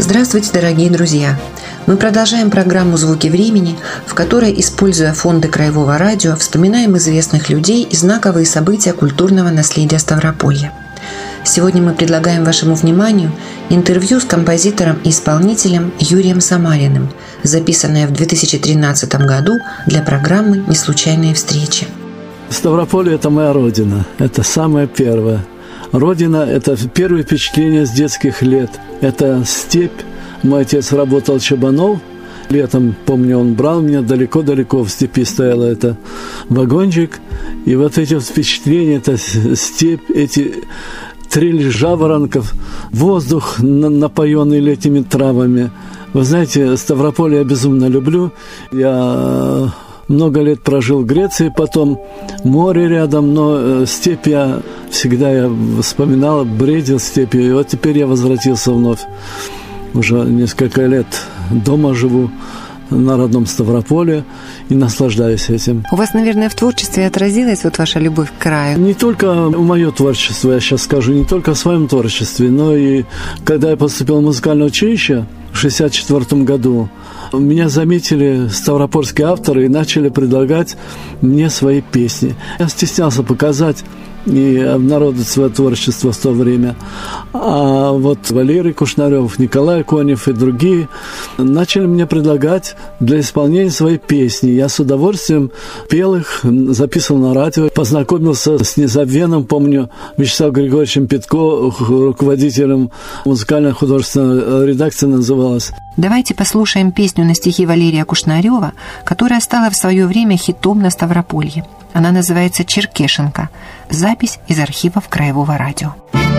Здравствуйте, дорогие друзья! Мы продолжаем программу «Звуки времени», в которой, используя фонды Краевого радио, вспоминаем известных людей и знаковые события культурного наследия Ставрополья. Сегодня мы предлагаем вашему вниманию интервью с композитором и исполнителем Юрием Самариным, записанное в 2013 году для программы «Неслучайные встречи». Ставрополье – это моя родина, это самое первое. Родина – это первое впечатление с детских лет. Это степь. Мой отец работал Чабанов. Летом, помню, он брал меня далеко-далеко, в степи стоял это вагончик. И вот эти вот впечатления, это степь, эти трели жаворонков, воздух, напоенный летними травами. Вы знаете, Ставрополье я безумно люблю. Я много лет прожил в Греции, потом море рядом, но степь я всегда вспоминал, бредил степью. И вот теперь я возвратился вновь. Уже несколько лет дома живу на родном Ставрополе и наслаждаюсь этим. У вас, наверное, в творчестве отразилась вот ваша любовь к краю? Не только мое творчество, я сейчас скажу, не только в своем творчестве, но и когда я поступил в музыкальное училище в 1964 году, меня заметили ставропольские авторы и начали предлагать мне свои песни. Я стеснялся показать и обнародовать свое творчество в то время. А вот Валерий Кушнарев, Николай Конев и другие начали мне предлагать для исполнения свои песни. Я с удовольствием пел их, записывал на радио, познакомился с незабвенным, помню, Вячеславом Григорьевичем Петко, руководителем музыкально-художественной редакции называлась. Давайте послушаем песню на стихи Валерия Кушнарева, которая стала в свое время хитом на Ставрополье. Она называется «Черкешенка». Запись из архивов Краевого радио.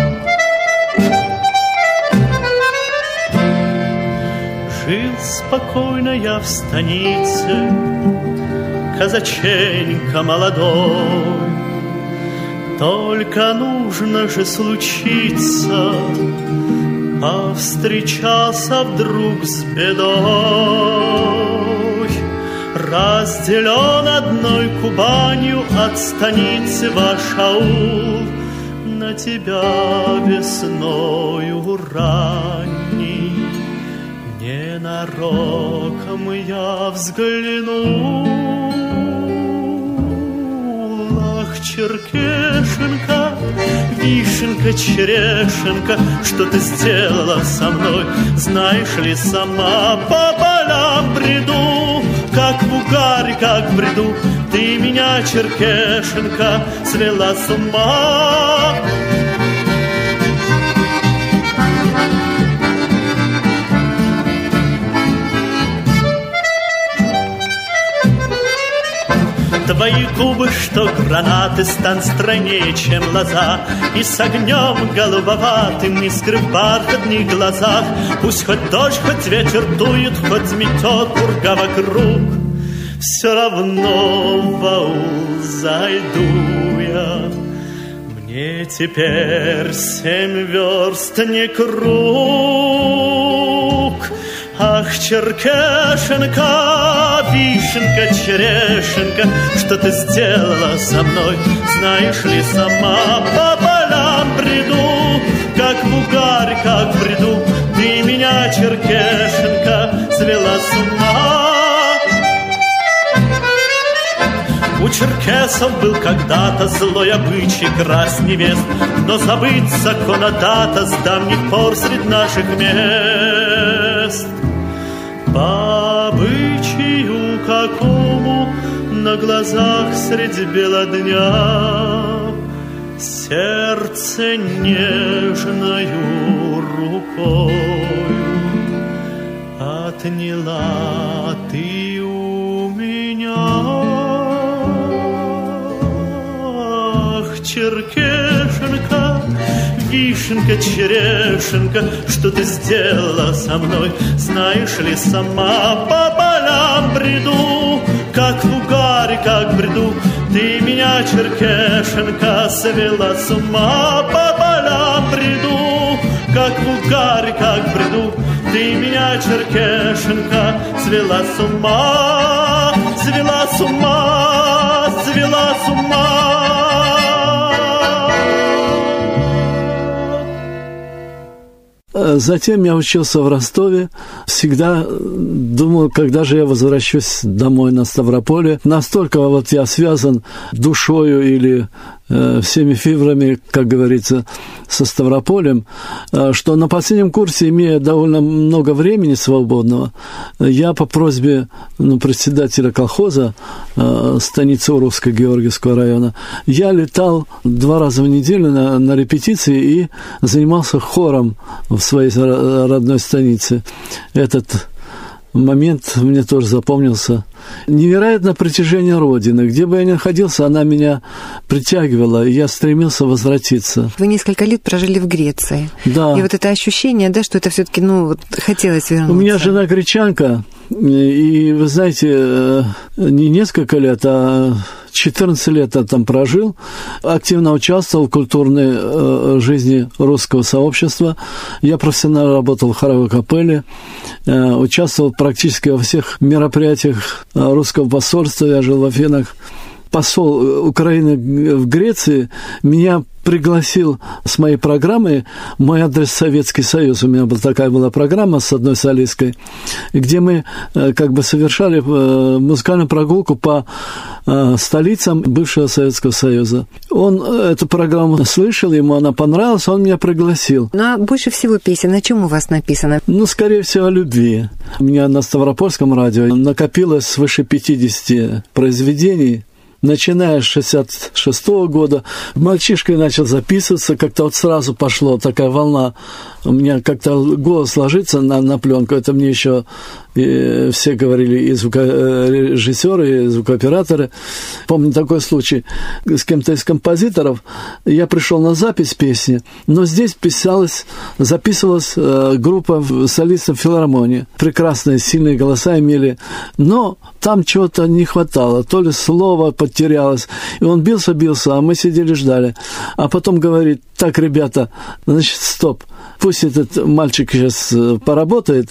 Жил спокойно я в станице, казаченька молодой. Только нужно же случиться, повстречался вдруг с бедой. Разделен одной Кубанью от станицы ваш аул, на тебя весною ранней ненароком я взглянул. Ах, Черкешенка, вишенка, черешенка, что ты сделала со мной? Знаешь ли, сама по полям бреду, как в угаре, как в бреду. Ты меня, Черкешенка, свела с ума. Твои губы, что гранаты, стан стройнее, чем лоза, и с огнем голубоватым искры в бархатных глазах. Пусть хоть дождь, хоть ветер дует, хоть метет пурга вокруг, все равно в аул зайду я. Мне теперь 7 верст не круг. Ах, Черкешенка, вишенка, черешенка, что ты сделала со мной? Знаешь ли, сама по полям бреду, как в угаре, как в бреду. Ты меня, Черкешенка, свела с ума. У черкесов был когда-то злой обычай красть невест, но забыть законодата с давних пор средь наших мест. По обычаю какому на глазах среди бела дня сердце нежною рукою отняла ты у меня. Ах, Черкешенка, вишенка, черешенка, что ты сделала со мной? Знаешь ли, сама по полям бреду, как в угаре, как в бреду. Ты меня, Черкешенка, свела с ума. По полям бреду, как в угаре, как в бреду. Ты меня, Черкешенка, свела с ума, свела с ума, свела с ума. Затем я учился в Ростове. Всегда думал, когда же я возвращусь домой на Ставрополье. Настолько вот я связан душою или всеми фибрами, как говорится, со Ставрополем, что на последнем курсе, имея довольно много времени свободного, я по просьбе председателя колхоза станицы Урусской Георгиевского района, я летал 2 раза в неделю на репетиции и занимался хором в своей родной станице. Этот момент мне тоже запомнился. Невероятное притяжение Родины. Где бы я ни находился, она меня притягивала, и я стремился возвратиться. Вы несколько лет прожили в Греции. Да. И вот это ощущение, да, что это все-таки, хотелось вернуться. У меня жена гречанка, и, вы знаете, не несколько лет, а 14 лет я там прожил, активно участвовал в культурной жизни русского сообщества. Я профессионально работал в хоровой капелле, участвовал практически во всех мероприятиях русского посольства. Я жил в Афинах. Посол Украины в Греции меня пригласил с моей программой, мой адрес Советский Союз. У меня такая была программа с одной солисткой, где мы совершали музыкальную прогулку по столицам бывшего Советского Союза. Он эту программу слышал, ему она понравилась, он меня пригласил. Ну, а больше всего песен о чем у вас написано? Скорее всего, о любви. У меня на Ставропольском радио накопилось свыше 50 произведений. Начиная с 1966 года, мальчишкой начал записываться, как-то сразу пошло такая волна. У меня как-то голос ложится на пленку, это мне еще все говорили и звукорежиссеры, и звукооператоры. Помню такой случай с кем-то из композиторов. Я пришел на запись песни, но здесь записывалась группа солистов филармонии. Прекрасные, сильные голоса имели, но там чего-то не хватало, то ли слово потерялось. И он бился, а мы сидели, ждали. А потом говорит: так, ребята, стоп, пусть этот мальчик сейчас поработает.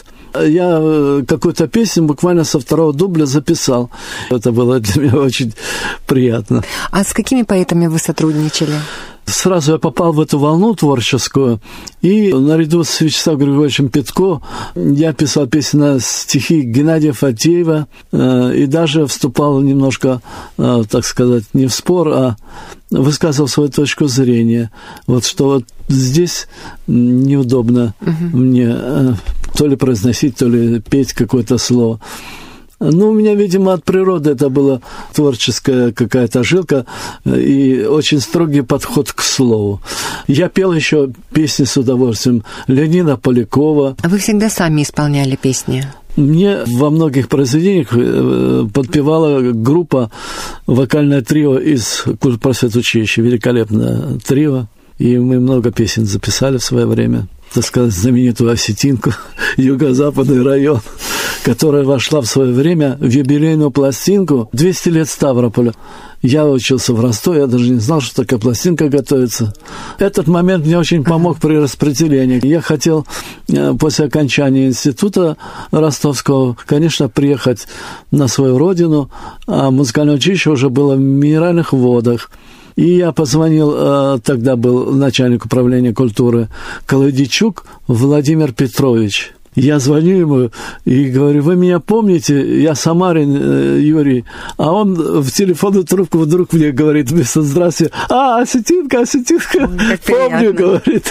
Я какую-то песню буквально со 2-го дубля записал. Это было для меня очень приятно. А с какими поэтами вы сотрудничали? Сразу я попал в эту волну творческую, и наряду с Вячеславом Григорьевичем Петко я писал песни на стихи Геннадия Фатеева и даже вступал немножко, так сказать, не в спор, а высказывал свою точку зрения. Что здесь неудобно мне то ли произносить, то ли петь какое-то слово. У меня, видимо, от природы это была творческая какая-то жилка и очень строгий подход к слову. Я пел еще песни с удовольствием Леонида Полякова. А вы всегда сами исполняли песни? Мне во многих произведениях подпевала группа, вокальное трио из культпросветучилища, великолепное трио. И мы много песен записали в свое время. Так сказать, знаменитую осетинку «Юго-Западный район», которая вошла в свое время в юбилейную пластинку 200 лет Ставрополя. Я учился в Ростове, я даже не знал, что такая пластинка готовится. Этот момент мне очень помог при распределении. Я хотел после окончания института ростовского, конечно, приехать на свою родину, а музыкальное училище уже было в Минеральных Водах. И я позвонил, тогда был начальник управления культуры Колодичук Владимир Петрович. Я звоню ему и говорю: вы меня помните? Я Самарин Юрий. А он в телефонную трубку вдруг мне говорит вместо «здравствуйте», осетинка, помню, говорит.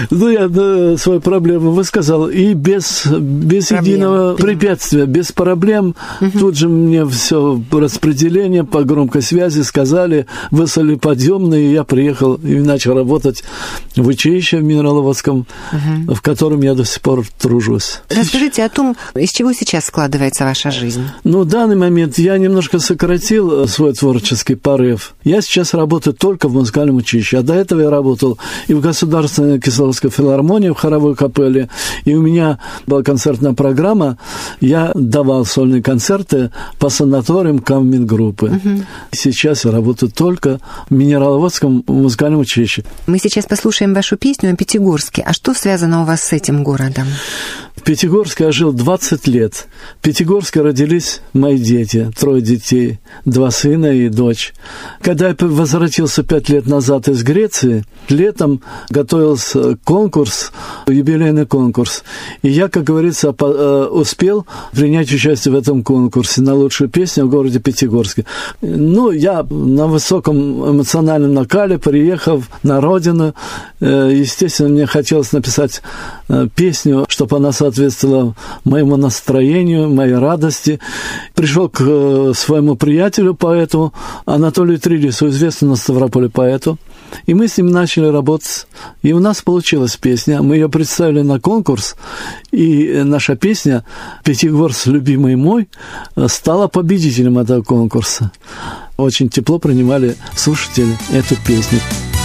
Я свою проблему высказал, и без единого препятствия, без проблем. Тут же мне все распределение по громкой связи сказали, выслали подъемные, и я приехал и начал работать в училище в Минераловодском, в котором я до сих пор тружусь. Расскажите о том, из чего сейчас складывается ваша жизнь. В данный момент я немножко сократил свой творческий порыв. Я сейчас работаю только в музыкальном училище. А до этого я работал и в Государственной Кисловодской филармонии, в хоровой капелле. И у меня была концертная программа. Я давал сольные концерты по санаториям Каммингруппы. Сейчас я работаю только в Минераловодском музыкальном училище. Мы сейчас послушаем вашу песню о Пятигорске. А что связано у вас с этим городом? В Пятигорске я жил 20 лет. В Пятигорске родились мои дети, 3 детей, 2 сына и дочь. Когда я возвратился 5 лет назад из Греции, летом готовился конкурс, юбилейный конкурс. И я, как говорится, успел принять участие в этом конкурсе на лучшую песню в городе Пятигорске. Ну, я на высоком эмоциональном накале, приехав на родину, естественно, мне хотелось написать песню, чтобы она соответствовала моему настроению, моей радости. Пришел к своему приятелю, поэту Анатолию Трилису, известному на Ставрополе поэту, и мы с ним начали работать. И у нас получилась песня. Мы ее представили на конкурс, и наша песня «Пятигорск, любимый мой» стала победителем этого конкурса. Очень тепло принимали слушатели эту песню.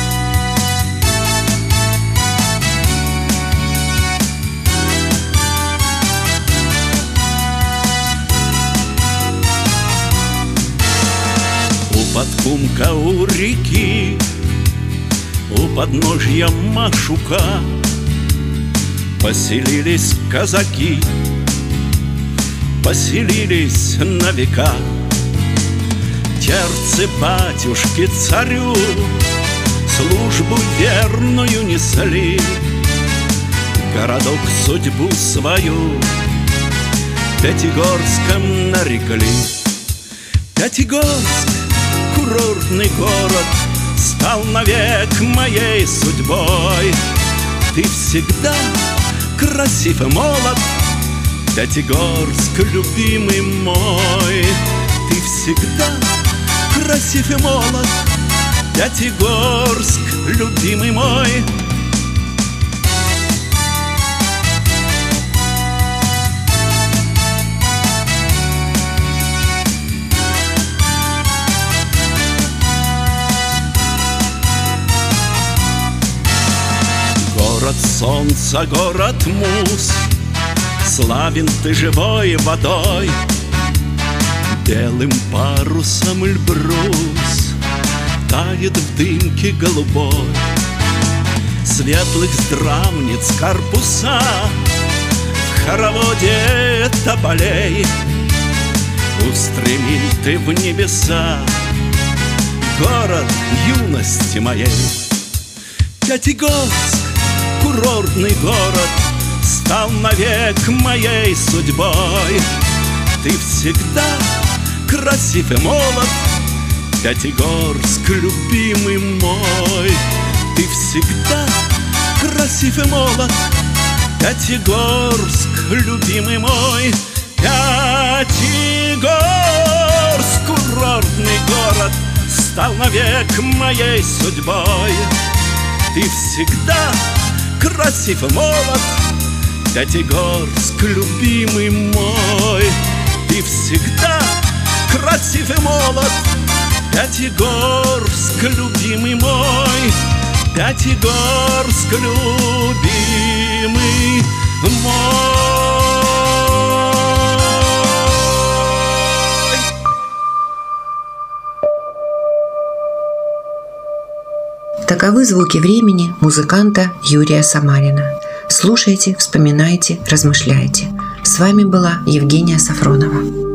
Подкумка у реки, у подножья Машука поселились казаки, поселились на века. Терцы батюшки царю службу верную несли, городок судьбу свою Пятигорском нарекли. Пятигорск, курортный город, стал навек моей судьбой. Ты всегда красив и молод, Пятигорск, любимый мой. Ты всегда красив и молод, Пятигорск, любимый мой. Город солнца, город мус, славен ты живой водой. Белым парусом Эльбрус тает в дымке голубой. Светлых здравниц корпуса в хороводе тополей устремил ты в небеса, город юности моей. Пятигорск, курортный город, стал навек моей судьбой. Ты всегда красив и молод, Пятигорск, любимый мой. Ты всегда красив и молод, Пятигорск, любимый мой. Пятигорск, курортный город, стал навек моей судьбой. Ты всегда красив и молод, Пятигорск, любимый мой. Ты всегда красив и молод, Пятигорск, любимый мой. Пятигорск, любимый мой. Таковы звуки времени музыканта Юрия Самарина. Слушайте, вспоминайте, размышляйте. С вами была Евгения Сафронова.